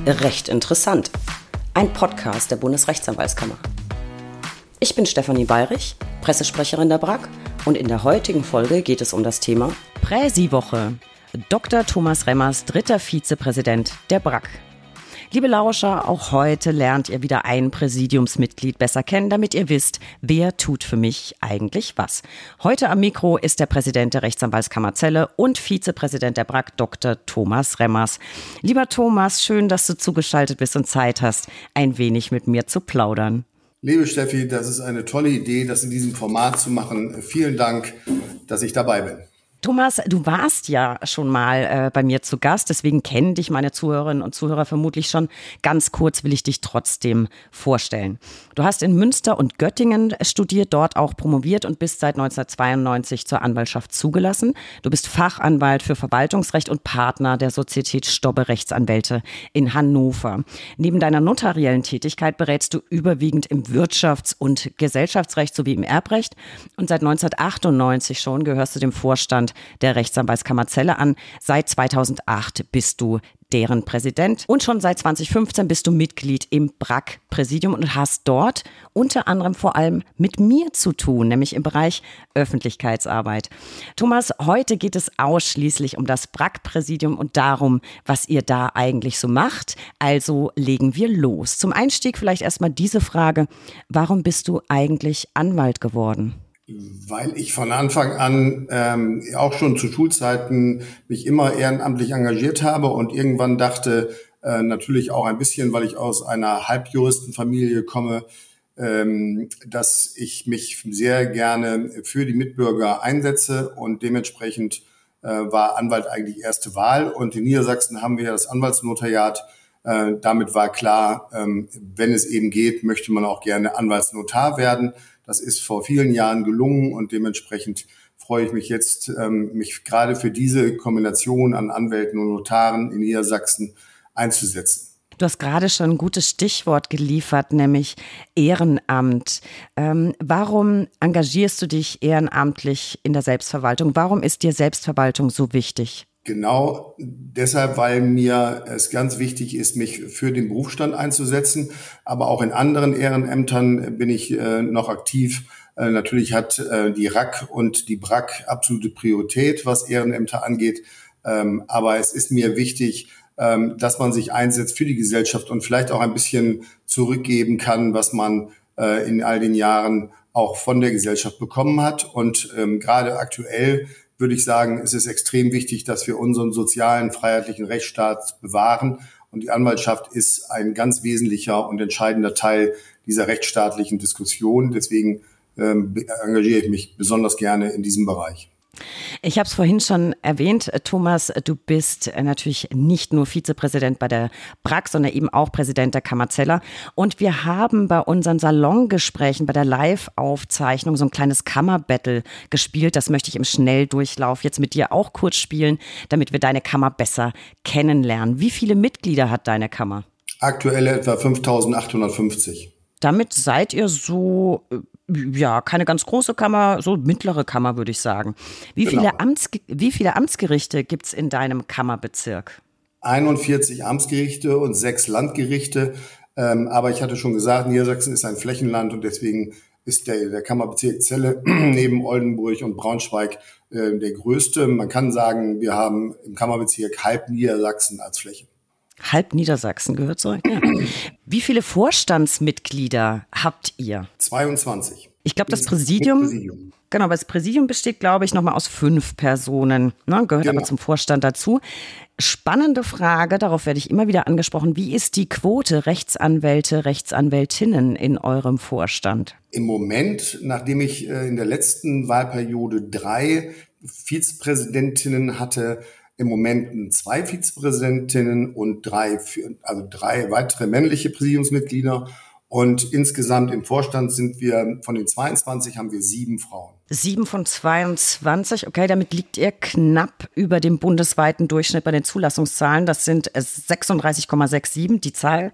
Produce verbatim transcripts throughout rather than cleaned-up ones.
Recht interessant. Ein Podcast der Bundesrechtsanwaltskammer. Ich bin Stefanie Bayrich, Pressesprecherin der B R A K, und in der heutigen Folge geht es um das Thema Präsi-Woche. Doktor Thomas Remmers, dritter Vizepräsident der B R A K. Liebe Lauscher, auch heute lernt ihr wieder ein Präsidiumsmitglied besser kennen, damit ihr wisst, wer tut für mich eigentlich was. Heute am Mikro ist der Präsident der Rechtsanwaltskammer Celle und Vizepräsident der B R A K, Doktor Thomas Remmers. Lieber Thomas, schön, dass du zugeschaltet bist und Zeit hast, ein wenig mit mir zu plaudern. Liebe Steffi, das ist eine tolle Idee, das in diesem Format zu machen. Vielen Dank, dass ich dabei bin. Thomas, du warst ja schon mal äh, bei mir zu Gast, deswegen kennen dich meine Zuhörerinnen und Zuhörer vermutlich schon. Ganz kurz will ich dich trotzdem vorstellen. Du hast in Münster und Göttingen studiert, dort auch promoviert und bist seit neunzehnhundertzweiundneunzig zur Anwaltschaft zugelassen. Du bist Fachanwalt für Verwaltungsrecht und Partner der Sozietät Stobbe Rechtsanwälte in Hannover. Neben deiner notariellen Tätigkeit berätst du überwiegend im Wirtschafts- und Gesellschaftsrecht sowie im Erbrecht. Und seit neunzehnhundertachtundneunzig schon gehörst du dem Vorstand der Rechtsanwaltskammer Celle an. Seit zweitausendacht bist du deren Präsident und schon seit zweitausendfünfzehn bist du Mitglied im B R A K-Präsidium und hast dort unter anderem vor allem mit mir zu tun, nämlich im Bereich Öffentlichkeitsarbeit. Thomas, heute geht es ausschließlich um das B R A K-Präsidium und darum, was ihr da eigentlich so macht. Also legen wir los. Zum Einstieg vielleicht erstmal diese Frage: Warum bist du eigentlich Anwalt geworden? Weil ich von Anfang an ähm, auch schon zu Schulzeiten mich immer ehrenamtlich engagiert habe und irgendwann dachte, äh, natürlich auch ein bisschen, weil ich aus einer Halbjuristenfamilie komme, ähm, dass ich mich sehr gerne für die Mitbürger einsetze und dementsprechend äh, war Anwalt eigentlich erste Wahl. Und in Niedersachsen haben wir ja das Anwaltsnotariat. Äh, damit war klar, ähm, wenn es eben geht, möchte man auch gerne Anwaltsnotar werden. Das ist vor vielen Jahren gelungen und dementsprechend freue ich mich jetzt, ähm, mich gerade für diese Kombination an Anwälten und Notaren in Niedersachsen einzusetzen. Du hast gerade schon ein gutes Stichwort geliefert, nämlich Ehrenamt. Ähm, warum engagierst du dich ehrenamtlich in der Selbstverwaltung? Warum ist dir Selbstverwaltung so wichtig? Genau deshalb, weil mir es ganz wichtig ist, mich für den Berufsstand einzusetzen. Aber auch in anderen Ehrenämtern bin ich äh, noch aktiv. Äh, natürlich hat äh, die R A K und die B R A K absolute Priorität, was Ehrenämter angeht. Ähm, aber es ist mir wichtig, ähm, dass man sich einsetzt für die Gesellschaft und vielleicht auch ein bisschen zurückgeben kann, was man äh, in all den Jahren auch von der Gesellschaft bekommen hat. Und ähm, gerade aktuell würde ich sagen, es ist extrem wichtig, dass wir unseren sozialen, freiheitlichen Rechtsstaat bewahren. Und die Anwaltschaft ist ein ganz wesentlicher und entscheidender Teil dieser rechtsstaatlichen Diskussion. Deswegen ähm, engagiere ich mich besonders gerne in diesem Bereich. Ich habe es vorhin schon erwähnt, Thomas, du bist natürlich nicht nur Vizepräsident bei der B R A K, sondern eben auch Präsident der Kammer Celle. Und wir haben bei unseren Salongesprächen, bei der Live-Aufzeichnung so ein kleines Kammerbattle gespielt. Das möchte ich im Schnelldurchlauf jetzt mit dir auch kurz spielen, damit wir deine Kammer besser kennenlernen. Wie viele Mitglieder hat deine Kammer? Aktuell etwa fünftausendachthundertfünfzig. Damit seid ihr so, ja, keine ganz große Kammer, so mittlere Kammer, würde ich sagen. Wie Genau. viele Amts, wie viele Amtsgerichte gibt's in deinem Kammerbezirk? einundvierzig Amtsgerichte und sechs Landgerichte. Ähm, aber ich hatte schon gesagt, Niedersachsen ist ein Flächenland und deswegen ist der, der Kammerbezirk Celle neben Oldenburg und Braunschweig äh, der größte. Man kann sagen, wir haben im Kammerbezirk halb Niedersachsen als Fläche. Halb Niedersachsen gehört so. Ja. Wie viele Vorstandsmitglieder habt ihr? zweiundzwanzig. Ich glaube, das Präsidium, Präsidium, genau, das Präsidium besteht, glaube ich, nochmal aus fünf Personen, ne, gehört genau. aber zum Vorstand dazu. Spannende Frage, darauf werde ich immer wieder angesprochen. Wie ist die Quote Rechtsanwälte, Rechtsanwältinnen in eurem Vorstand? Im Moment, nachdem ich äh, in der letzten Wahlperiode drei Vizepräsidentinnen hatte, im Moment zwei Vizepräsidentinnen und drei, also drei weitere männliche Präsidiumsmitglieder. Und insgesamt im Vorstand sind wir, von den zweiundzwanzig haben wir sieben Frauen. Sieben von zweiundzwanzig, okay, damit liegt ihr knapp über dem bundesweiten Durchschnitt bei den Zulassungszahlen. Das sind sechsunddreißig Komma siebenundsechzig. Die Zahl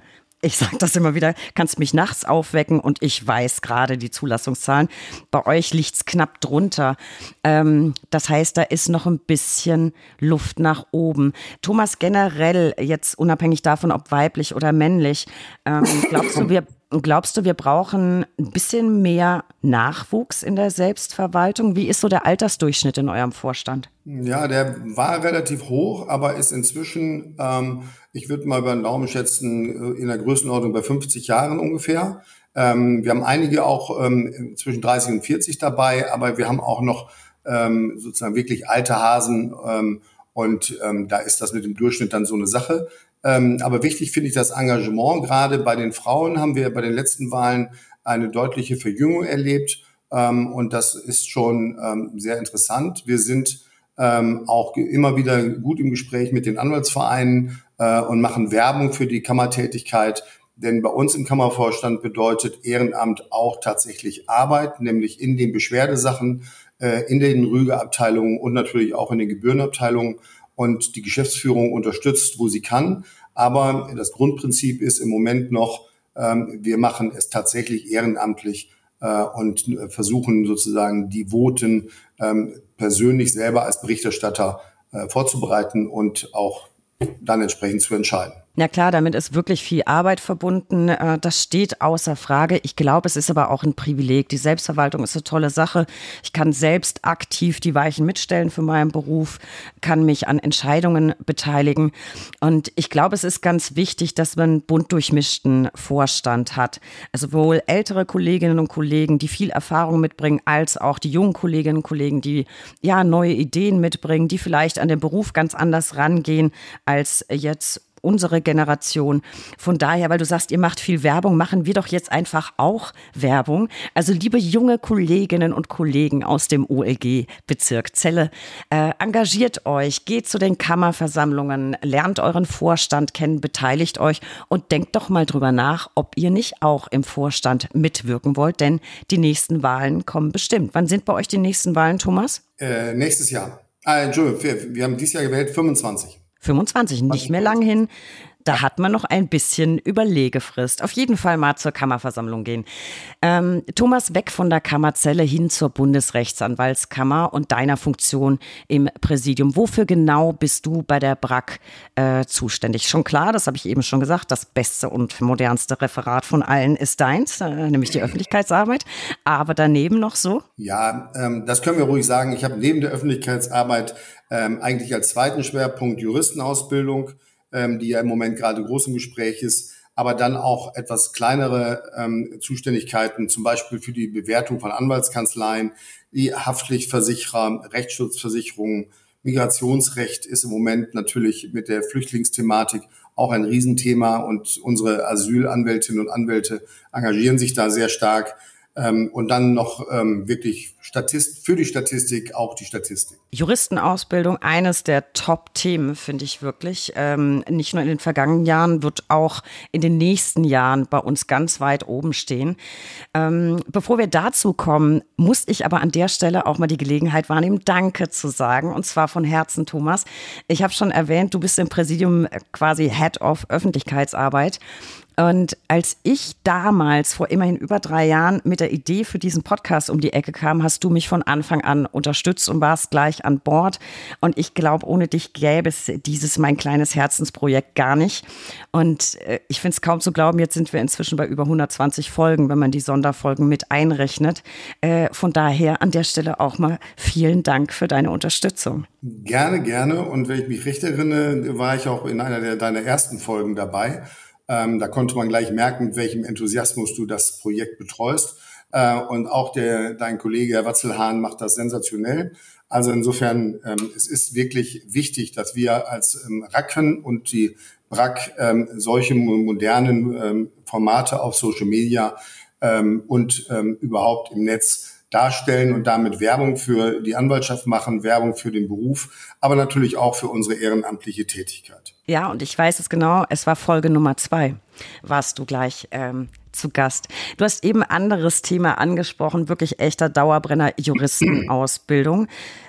ich sage das immer wieder, kannst mich nachts aufwecken und ich weiß gerade die Zulassungszahlen. Bei euch liegt's knapp drunter. Ähm, das heißt, da ist noch ein bisschen Luft nach oben. Thomas, generell, jetzt unabhängig davon, ob weiblich oder männlich, ähm, glaubst du, wir Glaubst du, wir brauchen ein bisschen mehr Nachwuchs in der Selbstverwaltung? Wie ist so der Altersdurchschnitt in eurem Vorstand? Ja, der war relativ hoch, aber ist inzwischen, ähm, ich würde mal über den Daumen schätzen, in der Größenordnung bei fünfzig Jahren ungefähr. Ähm, wir haben einige auch ähm, zwischen dreißig und vierzig dabei, aber wir haben auch noch ähm, sozusagen wirklich alte Hasen ähm, und ähm, da ist das mit dem Durchschnitt dann so eine Sache. Ähm, aber wichtig finde ich das Engagement. Gerade bei den Frauen haben wir bei den letzten Wahlen eine deutliche Verjüngung erlebt. Ähm, und das ist schon ähm, sehr interessant. Wir sind ähm, auch immer wieder gut im Gespräch mit den Anwaltsvereinen äh, und machen Werbung für die Kammertätigkeit. Denn bei uns im Kammervorstand bedeutet Ehrenamt auch tatsächlich Arbeit, nämlich in den Beschwerdesachen, äh, in den Rügeabteilungen und natürlich auch in den Gebührenabteilungen. Und die Geschäftsführung unterstützt, wo sie kann. Aber das Grundprinzip ist im Moment noch, ähm, wir machen es tatsächlich ehrenamtlich äh, und versuchen sozusagen die Voten ähm, persönlich selber als Berichterstatter äh, vorzubereiten und auch dann entsprechend zu entscheiden. Na klar, damit ist wirklich viel Arbeit verbunden. Das steht außer Frage. Ich glaube, es ist aber auch ein Privileg. Die Selbstverwaltung ist eine tolle Sache. Ich kann selbst aktiv die Weichen mitstellen für meinen Beruf, kann mich an Entscheidungen beteiligen. Und ich glaube, es ist ganz wichtig, dass man einen bunt durchmischten Vorstand hat. Also sowohl ältere Kolleginnen und Kollegen, die viel Erfahrung mitbringen, als auch die jungen Kolleginnen und Kollegen, die ja neue Ideen mitbringen, die vielleicht an den Beruf ganz anders rangehen als jetzt unsere Generation. Von daher, weil du sagst, ihr macht viel Werbung, machen wir doch jetzt einfach auch Werbung. Also liebe junge Kolleginnen und Kollegen aus dem O L G-Bezirk Celle, äh, engagiert euch, geht zu den Kammerversammlungen, lernt euren Vorstand kennen, beteiligt euch und denkt doch mal drüber nach, ob ihr nicht auch im Vorstand mitwirken wollt, denn die nächsten Wahlen kommen bestimmt. Wann sind bei euch die nächsten Wahlen, Thomas? Äh, nächstes Jahr. Ah, Entschuldigung, wir, wir haben dieses Jahr gewählt, fünfundzwanzig. fünfundzwanzig, nicht mehr lang hin. Da hat man noch ein bisschen Überlegefrist. Auf jeden Fall mal zur Kammerversammlung gehen. Ähm, Thomas, weg von der Kammerzelle hin zur Bundesrechtsanwaltskammer und deiner Funktion im Präsidium. Wofür genau bist du bei der B R A K äh, zuständig? Schon klar, das habe ich eben schon gesagt, das beste und modernste Referat von allen ist deins, äh, nämlich die Öffentlichkeitsarbeit. Aber daneben noch so? Ja, ähm, das können wir ruhig sagen. Ich habe neben der Öffentlichkeitsarbeit ähm, eigentlich als zweiten Schwerpunkt Juristenausbildung, ähm, die ja im Moment gerade groß im Gespräch ist, aber dann auch etwas kleinere ähm, Zuständigkeiten, zum Beispiel für die Bewertung von Anwaltskanzleien, die Haftpflichtversicherer, Rechtsschutzversicherungen, Migrationsrecht ist im Moment natürlich mit der Flüchtlingsthematik auch ein Riesenthema und unsere Asylanwältinnen und Anwälte engagieren sich da sehr stark. Ähm, und dann noch ähm, wirklich Statist, für die Statistik auch die Statistik. Juristenausbildung, eines der Top-Themen, finde ich wirklich. Ähm, nicht nur in den vergangenen Jahren, wird auch in den nächsten Jahren bei uns ganz weit oben stehen. Ähm, bevor wir dazu kommen, muss ich aber an der Stelle auch mal die Gelegenheit wahrnehmen, Danke zu sagen. Und zwar von Herzen, Thomas. Ich habe schon erwähnt, du bist im Präsidium quasi Head of Öffentlichkeitsarbeit. Und als ich damals vor immerhin über drei Jahren mit der Idee für diesen Podcast um die Ecke kam, hast du mich von Anfang an unterstützt und warst gleich an Bord. Und ich glaube, ohne dich gäbe es dieses mein kleines Herzensprojekt gar nicht. Und ich finde es kaum zu glauben, jetzt sind wir inzwischen bei über hundertzwanzig Folgen, wenn man die Sonderfolgen mit einrechnet. Von daher an der Stelle auch mal vielen Dank für deine Unterstützung. Gerne, gerne. Und wenn ich mich recht erinnere, war ich auch in einer der deiner ersten Folgen dabei. Ähm, da konnte man gleich merken, mit welchem Enthusiasmus du das Projekt betreust. Äh, und auch der, dein Kollege Herr Watzelhahn macht das sensationell. Also insofern, ähm, es ist wirklich wichtig, dass wir als ähm, Racken und die B R A K ähm, solche modernen ähm, Formate auf Social Media ähm, und ähm, überhaupt im Netz darstellen und damit Werbung für die Anwaltschaft machen, Werbung für den Beruf, aber natürlich auch für unsere ehrenamtliche Tätigkeit. Ja, und ich weiß es genau, es war Folge Nummer zwei, warst du gleich ähm, zu Gast. Du hast eben ein anderes Thema angesprochen, wirklich echter Dauerbrenner, Juristenausbildung.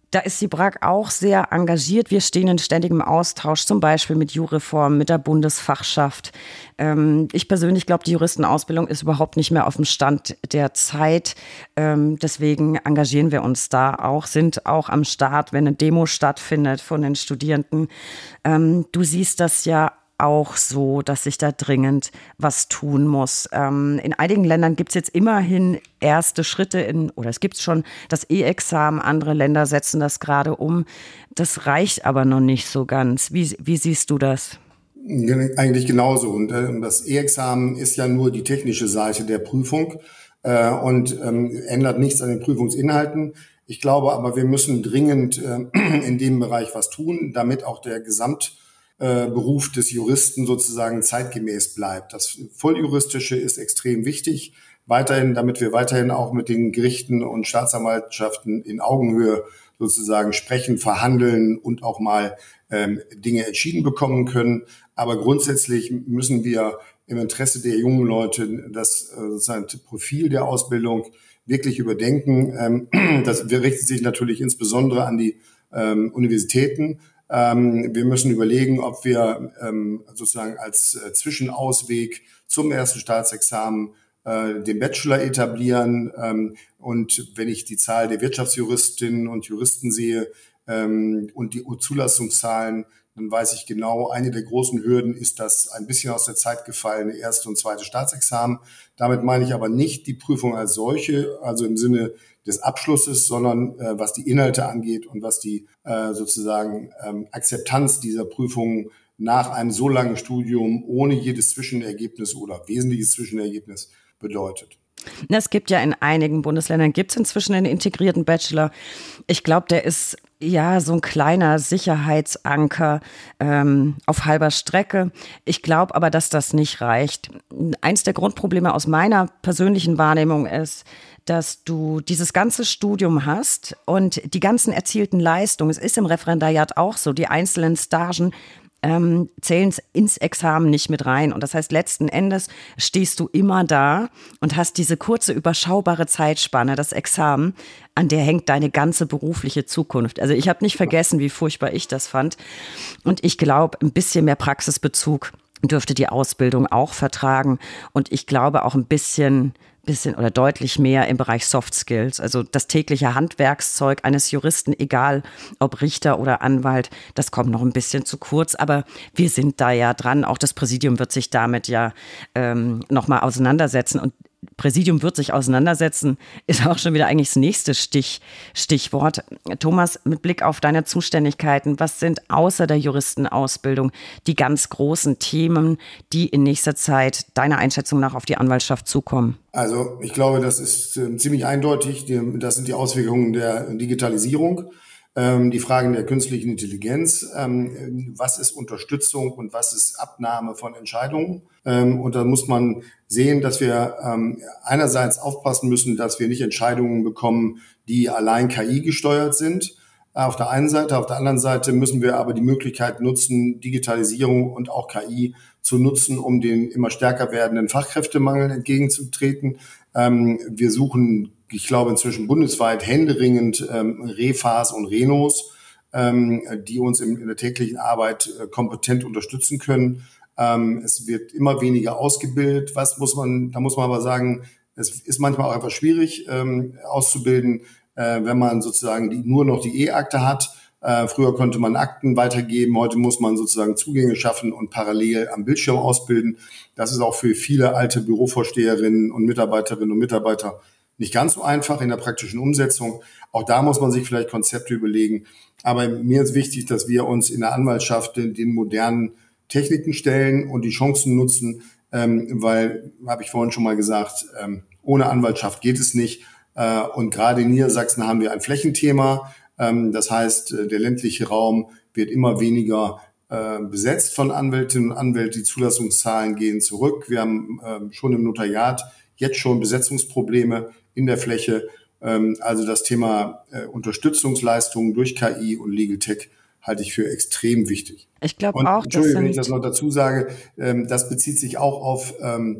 Da ist die B R A G auch sehr engagiert. Wir stehen in ständigem Austausch, zum Beispiel mit Jureform, mit der Bundesfachschaft. Ähm, ich persönlich glaube, die Juristenausbildung ist überhaupt nicht mehr auf dem Stand der Zeit. Ähm, deswegen engagieren wir uns da auch, sind auch am Start, wenn eine Demo stattfindet von den Studierenden. Ähm, du siehst das ja auch so, dass sich da dringend was tun muss. Ähm, in einigen Ländern gibt es jetzt immerhin erste Schritte in, oder es gibt schon das E-Examen, andere Länder setzen das gerade um. Das reicht aber noch nicht so ganz. Wie, wie siehst du das? Eigentlich genauso. Und äh, das E-Examen ist ja nur die technische Seite der Prüfung äh, und ähm, ändert nichts an den Prüfungsinhalten. Ich glaube aber, wir müssen dringend äh, in dem Bereich was tun, damit auch der Gesamt Beruf des Juristen sozusagen zeitgemäß bleibt. Das Volljuristische ist extrem wichtig, weiterhin, damit wir weiterhin auch mit den Gerichten und Staatsanwaltschaften in Augenhöhe sozusagen sprechen, verhandeln und auch mal ähm, Dinge entschieden bekommen können. Aber grundsätzlich müssen wir im Interesse der jungen Leute das äh, sozusagen Profil der Ausbildung wirklich überdenken. Ähm, das richtet sich natürlich insbesondere an die ähm, Universitäten. Wir müssen überlegen, ob wir sozusagen als Zwischenausweg zum ersten Staatsexamen den Bachelor etablieren. Und wenn ich die Zahl der Wirtschaftsjuristinnen und Juristen sehe und die Zulassungszahlen, dann weiß ich genau, eine der großen Hürden ist das ein bisschen aus der Zeit gefallene erste und zweite Staatsexamen. Damit meine ich aber nicht die Prüfung als solche, also im Sinne des Abschlusses, sondern äh, was die Inhalte angeht und was die äh, sozusagen ähm, Akzeptanz dieser Prüfungen nach einem so langen Studium ohne jedes Zwischenergebnis oder wesentliches Zwischenergebnis bedeutet. Es gibt ja in einigen Bundesländern, gibt es inzwischen einen integrierten Bachelor. Ich glaube, der ist ja so ein kleiner Sicherheitsanker ähm, auf halber Strecke. Ich glaube aber, dass das nicht reicht. Eins der Grundprobleme aus meiner persönlichen Wahrnehmung ist, dass du dieses ganze Studium hast und die ganzen erzielten Leistungen, es ist im Referendariat auch so, die einzelnen Stagen ähm, zählen ins Examen nicht mit rein. Und das heißt, letzten Endes stehst du immer da und hast diese kurze, überschaubare Zeitspanne, das Examen, an der hängt deine ganze berufliche Zukunft. Also ich habe nicht vergessen, wie furchtbar ich das fand. Und ich glaube, ein bisschen mehr Praxisbezug dürfte die Ausbildung auch vertragen. Und ich glaube auch ein bisschen bisschen oder deutlich mehr im Bereich Soft Skills. Also das tägliche Handwerkszeug eines Juristen, egal ob Richter oder Anwalt, das kommt noch ein bisschen zu kurz. Aber wir sind da ja dran. Auch das Präsidium wird sich damit ja ähm, nochmal auseinandersetzen. Und Präsidium wird sich auseinandersetzen, ist auch schon wieder eigentlich das nächste Stich, Stichwort. Thomas, mit Blick auf deine Zuständigkeiten, was sind außer der Juristenausbildung die ganz großen Themen, die in nächster Zeit deiner Einschätzung nach auf die Anwaltschaft zukommen? Also ich glaube, das ist äh, ziemlich eindeutig. Die, das sind die Auswirkungen der Digitalisierung. Die Fragen der künstlichen Intelligenz, was ist Unterstützung und was ist Abnahme von Entscheidungen. Und da muss man sehen, dass wir einerseits aufpassen müssen, dass wir nicht Entscheidungen bekommen, die allein K I gesteuert sind. Auf der einen Seite, auf der anderen Seite müssen wir aber die Möglichkeit nutzen, Digitalisierung und auch K I zu nutzen, um den immer stärker werdenden Fachkräftemangel entgegenzutreten. Wir suchen, ich glaube, inzwischen bundesweit händeringend ähm, Refas und Renos, ähm, die uns in, in der täglichen Arbeit äh, kompetent unterstützen können. Ähm, es wird immer weniger ausgebildet. Was muss man, da muss man aber sagen, es ist manchmal auch einfach schwierig ähm, auszubilden, äh, wenn man sozusagen die, nur noch die E-Akte hat. Äh, früher konnte man Akten weitergeben, heute muss man sozusagen Zugänge schaffen und parallel am Bildschirm ausbilden. Das ist auch für viele alte Bürovorsteherinnen und Mitarbeiterinnen und Mitarbeiter nicht ganz so einfach in der praktischen Umsetzung. Auch da muss man sich vielleicht Konzepte überlegen. Aber mir ist wichtig, dass wir uns in der Anwaltschaft den, den modernen Techniken stellen und die Chancen nutzen, ähm, weil, habe ich vorhin schon mal gesagt, ähm, ohne Anwaltschaft geht es nicht. Äh, und gerade in Niedersachsen haben wir ein Flächenthema. Ähm, das heißt, der ländliche Raum wird immer weniger äh, besetzt von Anwältinnen und Anwälten. Die Zulassungszahlen gehen zurück. Wir haben äh, schon im Notariat jetzt schon Besetzungsprobleme in der Fläche. Also das Thema Unterstützungsleistungen durch K I und Legal Tech halte ich für extrem wichtig. Ich glaube auch, Entschuldigung, wenn ich das noch dazu sage, das bezieht sich auch auf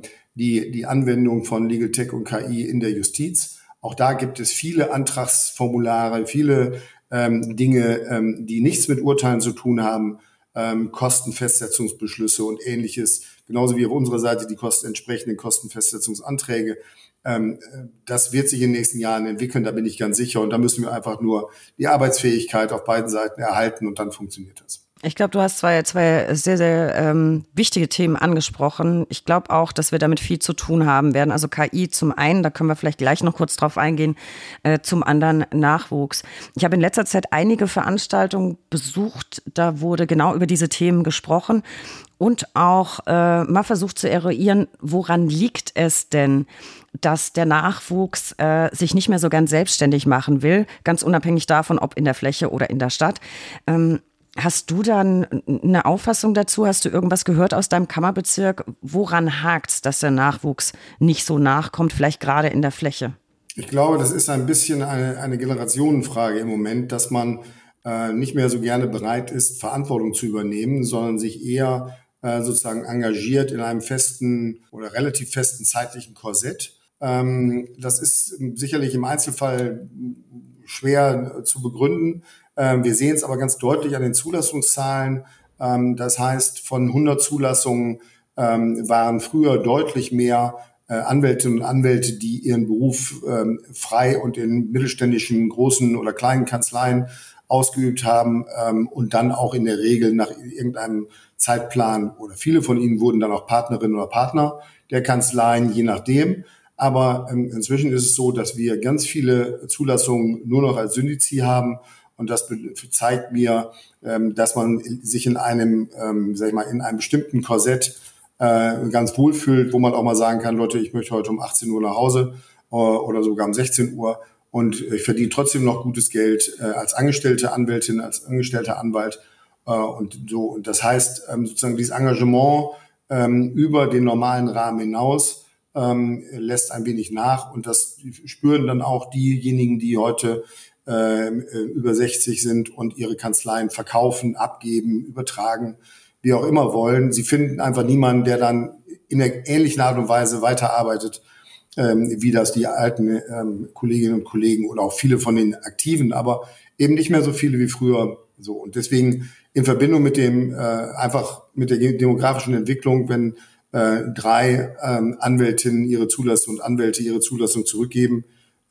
die, die Anwendung von Legal Tech und K I in der Justiz. Auch da gibt es viele Antragsformulare, viele ähm, Dinge, ähm, die nichts mit Urteilen zu tun haben, ähm, Kostenfestsetzungsbeschlüsse und Ähnliches, genauso wie auf unserer Seite die Kosten, entsprechenden Kostenfestsetzungsanträge. Ähm, das wird sich in den nächsten Jahren entwickeln, da bin ich ganz sicher. Und da müssen wir einfach nur die Arbeitsfähigkeit auf beiden Seiten erhalten und dann funktioniert das. Ich glaube, du hast zwei, zwei sehr, sehr ähm, wichtige Themen angesprochen. Ich glaube auch, dass wir damit viel zu tun haben werden. Also K I zum einen, da können wir vielleicht gleich noch kurz drauf eingehen, äh, zum anderen Nachwuchs. Ich habe in letzter Zeit einige Veranstaltungen besucht, da wurde genau über diese Themen gesprochen und auch äh, mal versucht zu eruieren, woran liegt es denn, dass der Nachwuchs äh, sich nicht mehr so ganz selbstständig machen will, ganz unabhängig davon, ob in der Fläche oder in der Stadt. Ähm, Hast du dann eine Auffassung dazu? Hast du irgendwas gehört aus deinem Kammerbezirk? Woran hakt's, dass der Nachwuchs nicht so nachkommt, vielleicht gerade in der Fläche? Ich glaube, das ist ein bisschen eine, eine Generationenfrage im Moment, dass man äh, nicht mehr so gerne bereit ist, Verantwortung zu übernehmen, sondern sich eher äh, sozusagen engagiert in einem festen oder relativ festen zeitlichen Korsett. Ähm, das ist sicherlich im Einzelfall schwer zu begründen. Wir sehen es aber ganz deutlich an den Zulassungszahlen. Das heißt, von hundert Zulassungen waren früher deutlich mehr Anwältinnen und Anwälte, die ihren Beruf frei und in mittelständischen, großen oder kleinen Kanzleien ausgeübt haben und dann auch in der Regel nach irgendeinem Zeitplan oder viele von ihnen wurden dann auch Partnerinnen oder Partner der Kanzleien, je nachdem. Aber inzwischen ist es so, dass wir ganz viele Zulassungen nur noch als Syndizi haben. Und das zeigt mir, dass man sich in einem, sag ich mal, in einem bestimmten Korsett ganz wohl fühlt, wo man auch mal sagen kann, Leute, ich möchte heute um achtzehn Uhr nach Hause oder sogar um sechzehn Uhr und ich verdiene trotzdem noch gutes Geld als angestellte Anwältin, als angestellter Anwalt und so. Und das heißt, sozusagen dieses Engagement über den normalen Rahmen hinaus lässt ein wenig nach und das spüren dann auch diejenigen, die heute über sechzig sind und ihre Kanzleien verkaufen, abgeben, übertragen, wie auch immer wollen. Sie finden einfach niemanden, der dann in der ähnlichen Art und Weise weiterarbeitet, ähm, wie das die alten ähm, Kolleginnen und Kollegen oder auch viele von den Aktiven, aber eben nicht mehr so viele wie früher. So und deswegen in Verbindung mit dem äh, einfach mit der demografischen Entwicklung, wenn äh, drei ähm, Anwältinnen ihre Zulassung und Anwälte ihre Zulassung zurückgeben,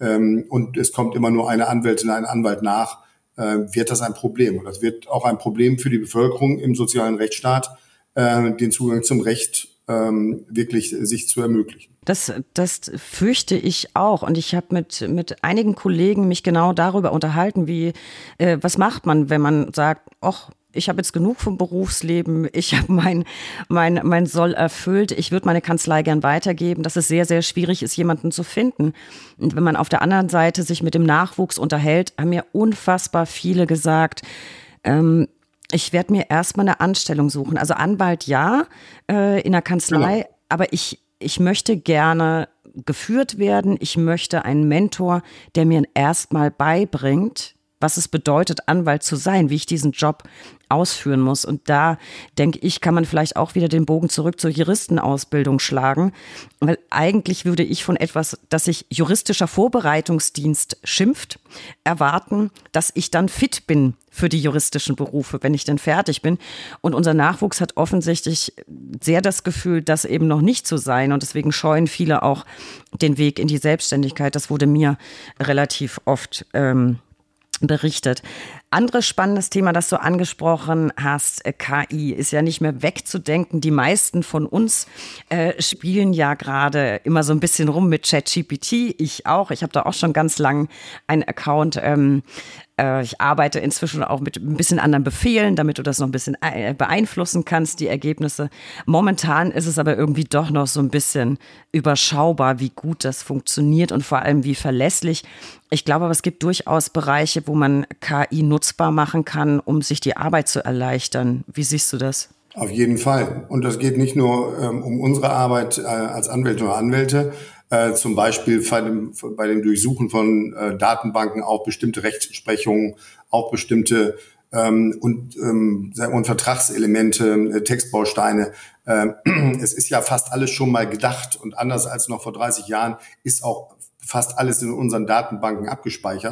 und es kommt immer nur eine Anwältin, ein Anwalt nach, wird das ein Problem. Und das wird auch ein Problem für die Bevölkerung im sozialen Rechtsstaat, den Zugang zum Recht wirklich sich zu ermöglichen. Das, das fürchte ich auch. Und ich habe mit, mit einigen Kollegen mich genau darüber unterhalten, wie, äh, was macht man, wenn man sagt, ach, ich habe jetzt genug vom Berufsleben, ich habe mein, mein, mein Soll erfüllt, ich würde meine Kanzlei gern weitergeben, dass es sehr, sehr schwierig ist, jemanden zu finden. Und wenn man auf der anderen Seite sich mit dem Nachwuchs unterhält, haben mir unfassbar viele gesagt, ähm, ich werde mir erstmal eine Anstellung suchen. Also Anwalt ja, äh, in der Kanzlei, genau. aber ich, ich möchte gerne geführt werden, ich möchte einen Mentor, der mir erstmal beibringt, was es bedeutet, Anwalt zu sein, wie ich diesen Job ausführen muss. Und da, denke ich, kann man vielleicht auch wieder den Bogen zurück zur Juristenausbildung schlagen, weil eigentlich würde ich von etwas, das sich juristischer Vorbereitungsdienst schimpft, erwarten, dass ich dann fit bin für die juristischen Berufe, wenn ich denn fertig bin. Und unser Nachwuchs hat offensichtlich sehr das Gefühl, das eben noch nicht zu sein. Und deswegen scheuen viele auch den Weg in die Selbstständigkeit. Das wurde mir relativ oft ähm, berichtet. Anderes spannendes Thema, das du angesprochen hast, K I, ist ja nicht mehr wegzudenken. Die meisten von uns äh, spielen ja gerade immer so ein bisschen rum mit ChatGPT. Ich auch. Ich habe da auch schon ganz lang einen Account. Ähm, äh, ich arbeite inzwischen auch mit ein bisschen anderen Befehlen, damit du das noch ein bisschen äh, beeinflussen kannst, die Ergebnisse. Momentan ist es aber irgendwie doch noch so ein bisschen überschaubar, wie gut das funktioniert und vor allem wie verlässlich. Ich glaube aber, es gibt durchaus Bereiche, wo man K I nutzbar machen kann, um sich die Arbeit zu erleichtern. Wie siehst du das? Auf jeden Fall. Und das geht nicht nur ähm, um unsere Arbeit äh, als Anwälte oder Anwälte, äh, zum Beispiel bei dem, bei dem Durchsuchen von äh, Datenbanken, auch bestimmte Rechtsprechungen, auch bestimmte ähm, und, ähm, und Vertragselemente, äh, Textbausteine. Äh, es ist ja fast alles schon mal gedacht und anders als noch vor dreißig Jahren ist auch fast alles in unseren Datenbanken abgespeichert.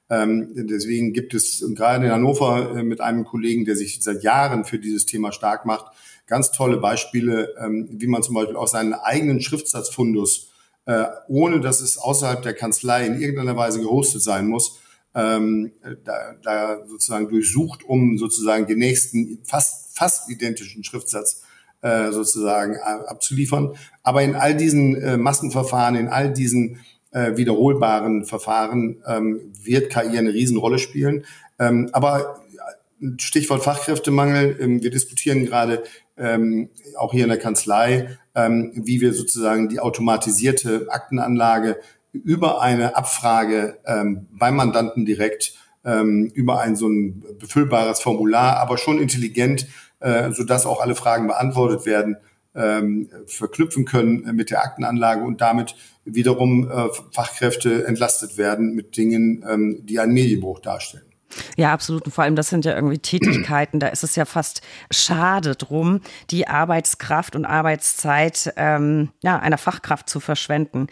Ähm, deswegen gibt es gerade in Hannover äh, mit einem Kollegen, der sich seit Jahren für dieses Thema stark macht, ganz tolle Beispiele, ähm, wie man zum Beispiel auch seinen eigenen Schriftsatzfundus, äh, ohne dass es außerhalb der Kanzlei in irgendeiner Weise gehostet sein muss, ähm, da, da sozusagen durchsucht, um sozusagen den nächsten fast fast identischen Schriftsatz äh, sozusagen abzuliefern. Aber in all diesen äh, Massenverfahren, in all diesen äh, wiederholbaren Verfahren ähm, wird K I eine Riesenrolle spielen. Ähm, aber Stichwort Fachkräftemangel, ähm, wir diskutieren gerade ähm, auch hier in der Kanzlei, ähm, wie wir sozusagen die automatisierte Aktenanlage über eine Abfrage ähm, beim Mandanten direkt, ähm, über ein so ein befüllbares Formular, aber schon intelligent, äh, sodass auch alle Fragen beantwortet werden, ähm, verknüpfen können mit der Aktenanlage und damit wiederum äh, Fachkräfte entlastet werden mit Dingen, ähm, die einen Medienbruch darstellen. Ja, absolut. Und vor allem, das sind ja irgendwie Tätigkeiten, da ist es ja fast schade drum, die Arbeitskraft und Arbeitszeit ähm, ja, einer Fachkraft zu verschwenden.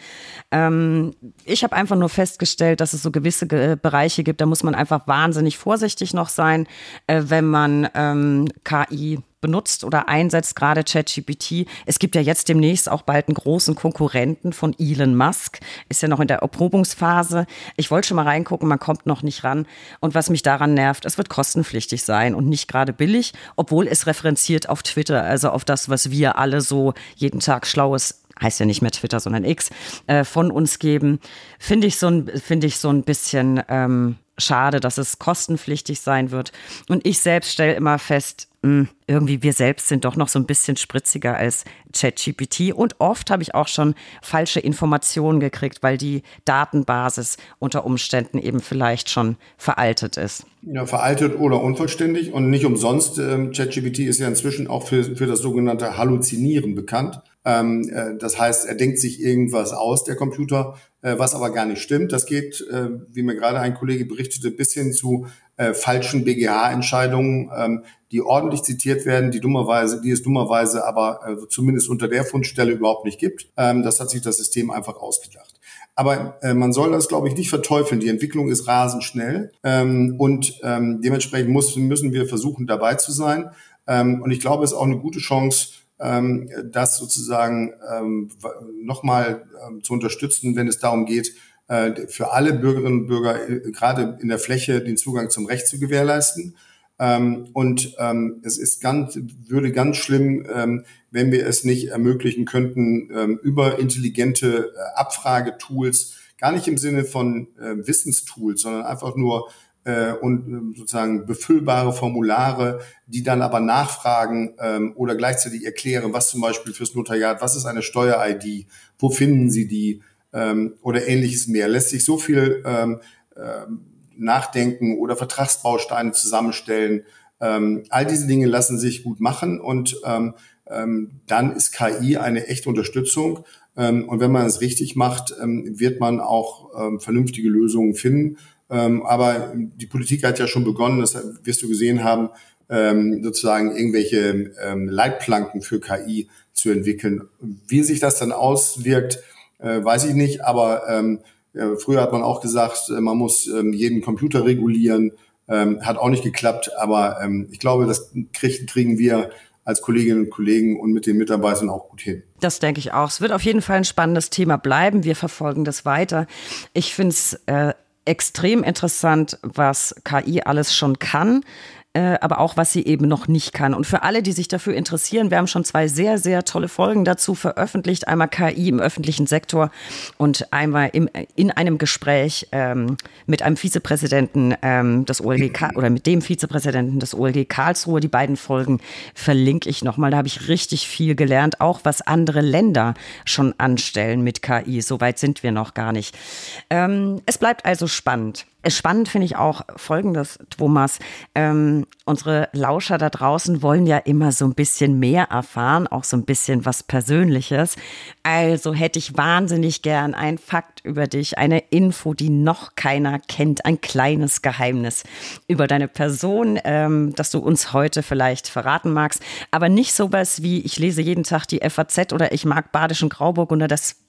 Ähm, ich habe einfach nur festgestellt, dass es so gewisse Ge- Bereiche gibt, da muss man einfach wahnsinnig vorsichtig noch sein, äh, wenn man ähm, K I benutzt oder einsetzt, gerade ChatGPT. Es gibt ja jetzt demnächst auch bald einen großen Konkurrenten von Elon Musk, ist ja noch in der Erprobungsphase. Ich wollte schon mal reingucken, man kommt noch nicht ran. Und was mich daran nervt, es wird kostenpflichtig sein und nicht gerade billig, obwohl es referenziert auf Twitter, also auf das, was wir alle so jeden Tag Schlaues, heißt ja nicht mehr Twitter, sondern X, äh, von uns geben. Finde ich so ein, finde ich so ein bisschen ähm, schade, dass es kostenpflichtig sein wird. Und ich selbst stelle immer fest, mh, irgendwie wir selbst sind doch noch so ein bisschen spritziger als ChatGPT. Und oft habe ich auch schon falsche Informationen gekriegt, weil die Datenbasis unter Umständen eben vielleicht schon veraltet ist. Ja, veraltet oder unvollständig und nicht umsonst. Ähm, ChatGPT ist ja inzwischen auch für, für das sogenannte Halluzinieren bekannt. Ähm, äh, das heißt, er denkt sich irgendwas aus, der Computer, äh, was aber gar nicht stimmt. Das geht, äh, wie mir gerade ein Kollege berichtete, bis hin zu äh, falschen B G H-Entscheidungen, ähm, die ordentlich zitiert werden, die dummerweise, die es dummerweise aber äh, zumindest unter der Fundstelle überhaupt nicht gibt. Ähm, das hat sich das System einfach ausgedacht. Aber äh, man soll das, glaube ich, nicht verteufeln. Die Entwicklung ist rasend schnell ähm, und ähm, dementsprechend muss, müssen wir versuchen, dabei zu sein. Ähm, und ich glaube, es ist auch eine gute Chance, ähm, das sozusagen ähm, nochmal ähm, zu unterstützen, wenn es darum geht, äh, für alle Bürgerinnen und Bürger äh, gerade in der Fläche den Zugang zum Recht zu gewährleisten. Ähm, und ähm, es ist ganz, würde ganz schlimm, ähm, wenn wir es nicht ermöglichen könnten, ähm, über intelligente äh, Abfragetools, gar nicht im Sinne von äh, Wissenstools, sondern einfach nur äh, und äh, sozusagen befüllbare Formulare, die dann aber nachfragen ähm, oder gleichzeitig erklären, was zum Beispiel fürs Notariat, was ist eine Steuer-I D, wo finden Sie die ähm, oder ähnliches mehr. Lässt sich so viel ähm, ähm, nachdenken oder Vertragsbausteine zusammenstellen. Ähm, all diese Dinge lassen sich gut machen und ähm, ähm, dann ist K I eine echte Unterstützung. Ähm, und wenn man es richtig macht, ähm, wird man auch ähm, vernünftige Lösungen finden. Ähm, aber die Politik hat ja schon begonnen, das wirst du gesehen haben, ähm, sozusagen irgendwelche ähm, Leitplanken für K I zu entwickeln. Wie sich das dann auswirkt, äh, weiß ich nicht, aber ähm, ja, früher hat man auch gesagt, man muss ähm, jeden Computer regulieren. Ähm, hat auch nicht geklappt, aber ähm, ich glaube, das krieg, kriegen wir als Kolleginnen und Kollegen und mit den Mitarbeitern auch gut hin. Das denke ich auch. Es wird auf jeden Fall ein spannendes Thema bleiben. Wir verfolgen das weiter. Ich finde es äh, extrem interessant, was K I alles schon kann. Äh, aber auch, was sie eben noch nicht kann. Und für alle, die sich dafür interessieren, wir haben schon zwei sehr, sehr tolle Folgen dazu veröffentlicht. Einmal K I im öffentlichen Sektor und einmal im, in einem Gespräch ähm, mit einem Vizepräsidenten ähm, des O L G K oder mit dem Vizepräsidenten des O L G Karlsruhe. Die beiden Folgen verlinke ich nochmal. Da habe ich richtig viel gelernt, auch was andere Länder schon anstellen mit K I. Soweit sind wir noch gar nicht. Ähm, es bleibt also spannend. Spannend finde ich auch Folgendes, Thomas. Ähm, unsere Lauscher da draußen wollen ja immer so ein bisschen mehr erfahren, auch so ein bisschen was Persönliches. Also hätte ich wahnsinnig gern einen Fakt über dich, eine Info, die noch keiner kennt, ein kleines Geheimnis über deine Person, ähm, das du uns heute vielleicht verraten magst. Aber nicht sowas wie, ich lese jeden Tag die F A Z oder ich mag Badischen Grauburgunder, das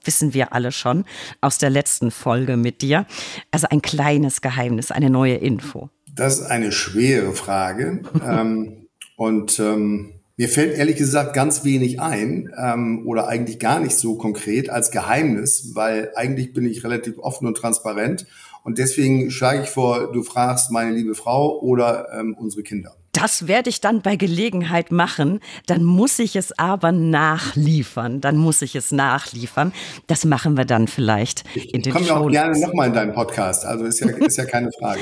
wissen wir alle schon aus der letzten Folge mit dir. Also ein kleines Geheimnis, eine neue Info. Das ist eine schwere Frage. ähm, und ähm, mir fällt ehrlich gesagt ganz wenig ein ähm, oder eigentlich gar nicht so konkret als Geheimnis, weil eigentlich bin ich relativ offen und transparent. Und deswegen schlage ich vor, du fragst meine liebe Frau oder ähm, unsere Kinder. Das werde ich dann bei Gelegenheit machen. Dann muss ich es aber nachliefern. Dann muss ich es nachliefern. Das machen wir dann vielleicht ich, in den Shownotes. Ich komme ja auch gerne nochmal in deinen Podcast. Also ist ja, ist ja keine Frage.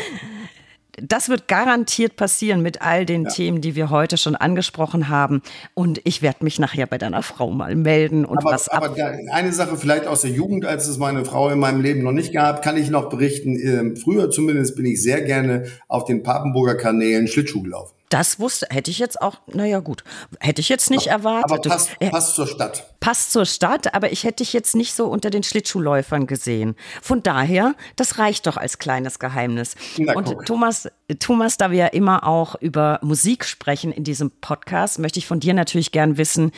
Das wird garantiert passieren mit all den ja. Themen, die wir heute schon angesprochen haben. Und ich werde mich nachher bei deiner Frau mal melden. Und aber was aber da, eine Sache vielleicht aus der Jugend, als es meine Frau in meinem Leben noch nicht gab, kann ich noch berichten. Ähm, früher zumindest bin ich sehr gerne auf den Papenburger Kanälen Schlittschuh gelaufen. Das wusste, hätte ich jetzt auch, naja gut, hätte ich jetzt nicht aber, erwartet. Aber passt, äh, passt zur Stadt. Passt zur Stadt, aber ich hätte dich jetzt nicht so unter den Schlittschuhläufern gesehen. Von daher, das reicht doch als kleines Geheimnis. Na, und guck. Thomas, Thomas, da wir ja immer auch über Musik sprechen in diesem Podcast, möchte ich von dir natürlich gern wissen,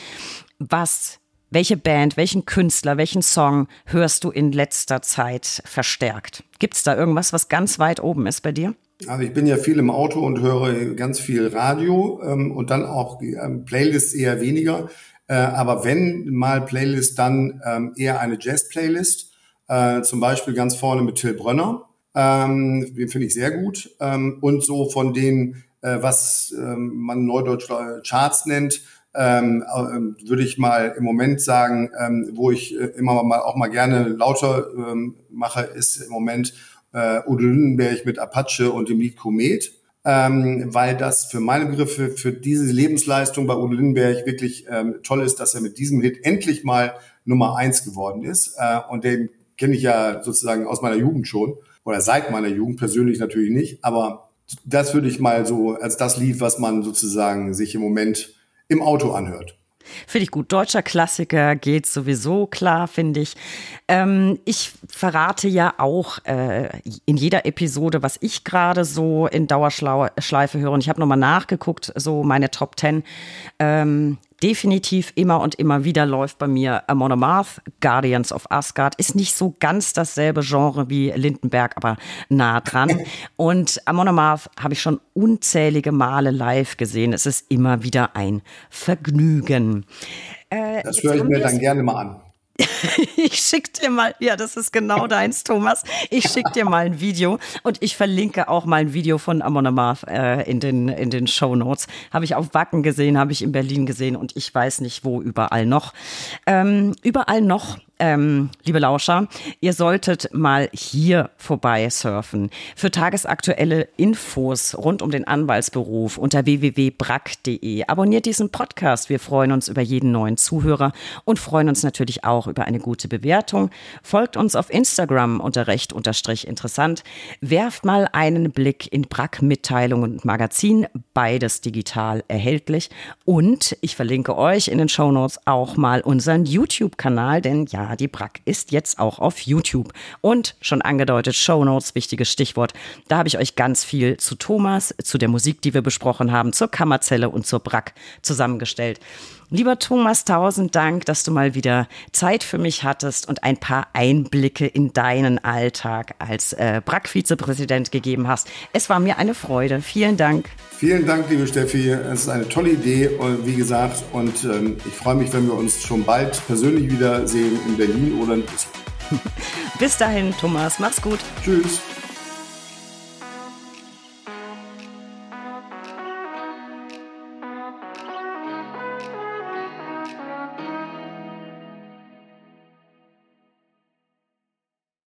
was, welche Band, welchen Künstler, welchen Song hörst du in letzter Zeit verstärkt? Gibt es da irgendwas, was ganz weit oben ist bei dir? Also ich bin ja viel im Auto und höre ganz viel Radio ähm, und dann auch ähm, Playlists eher weniger. Äh, aber wenn mal Playlist, dann ähm, eher eine Jazz-Playlist. Äh, zum Beispiel ganz vorne mit Till Brönner. Ähm, den finde ich sehr gut. Ähm, und so von den, äh, was ähm, man neudeutsch Charts nennt, ähm, äh, würde ich mal im Moment sagen, ähm, wo ich äh, immer mal auch mal gerne lauter ähm, mache, ist im Moment Uh, Udo Lindenberg mit Apache und dem Lied Komet, ähm, weil das für meine Begriffe, für diese Lebensleistung bei Udo Lindenberg wirklich ähm, toll ist, dass er mit diesem Hit endlich mal Nummer eins geworden ist. Äh, und den kenne ich ja sozusagen aus meiner Jugend schon oder seit meiner Jugend, persönlich natürlich nicht, aber das würde ich mal so als das Lied, was man sozusagen sich im Moment im Auto anhört. Finde ich gut. Deutscher Klassiker geht sowieso klar, finde ich. Ähm, ich verrate ja auch äh, in jeder Episode, was ich gerade so in Dauerschleife höre. Und ich habe nochmal nachgeguckt, so meine Top Ten. Ähm, definitiv immer und immer wieder läuft bei mir Amon Amarth, Guardians of Asgard. Ist nicht so ganz dasselbe Genre wie Lindenberg, aber nah dran. Und Amon Amarth habe ich schon unzählige Male live gesehen. Es ist immer wieder ein Vergnügen. Äh, das höre ich mir dann gerne mal an. Ich schick dir mal, ja, das ist genau deins, Thomas. Ich schick dir mal ein Video und ich verlinke auch mal ein Video von Amon Amarth äh, in den, in den Shownotes. Habe ich auf Wacken gesehen, habe ich in Berlin gesehen und ich weiß nicht, wo überall noch. Ähm, überall noch, ähm, liebe Lauscher, ihr solltet mal hier vorbei surfen. Für tagesaktuelle Infos rund um den Anwaltsberuf unter w w w punkt brack punkt de. Abonniert diesen Podcast. Wir freuen uns über jeden neuen Zuhörer und freuen uns natürlich auch über eine gute Bewertung. Folgt uns auf Instagram unter recht unterstrich interessant. Werft mal einen Blick in Brack Mitteilungen und Magazin, beides digital erhältlich. Und ich verlinke euch in den Shownotes auch mal unseren YouTube-Kanal, denn ja, die Brack ist jetzt auch auf YouTube. Und schon angedeutet, Shownotes, wichtiges Stichwort. Da habe ich euch ganz viel zu Thomas, zu der Musik, die wir besprochen haben, zur Kammerzelle und zur Brack zusammengestellt. Lieber Thomas, tausend Dank, dass du mal wieder Zeit für mich hattest und ein paar Einblicke in deinen Alltag als äh, Brack-Vizepräsident gegeben hast. Es war mir eine Freude. Vielen Dank. Vielen Dank, liebe Steffi. Es ist eine tolle Idee, wie gesagt. Und ähm, ich freue mich, wenn wir uns schon bald persönlich wiedersehen in Berlin oder in Düsseldorf. Bis dahin, Thomas. Mach's gut. Tschüss.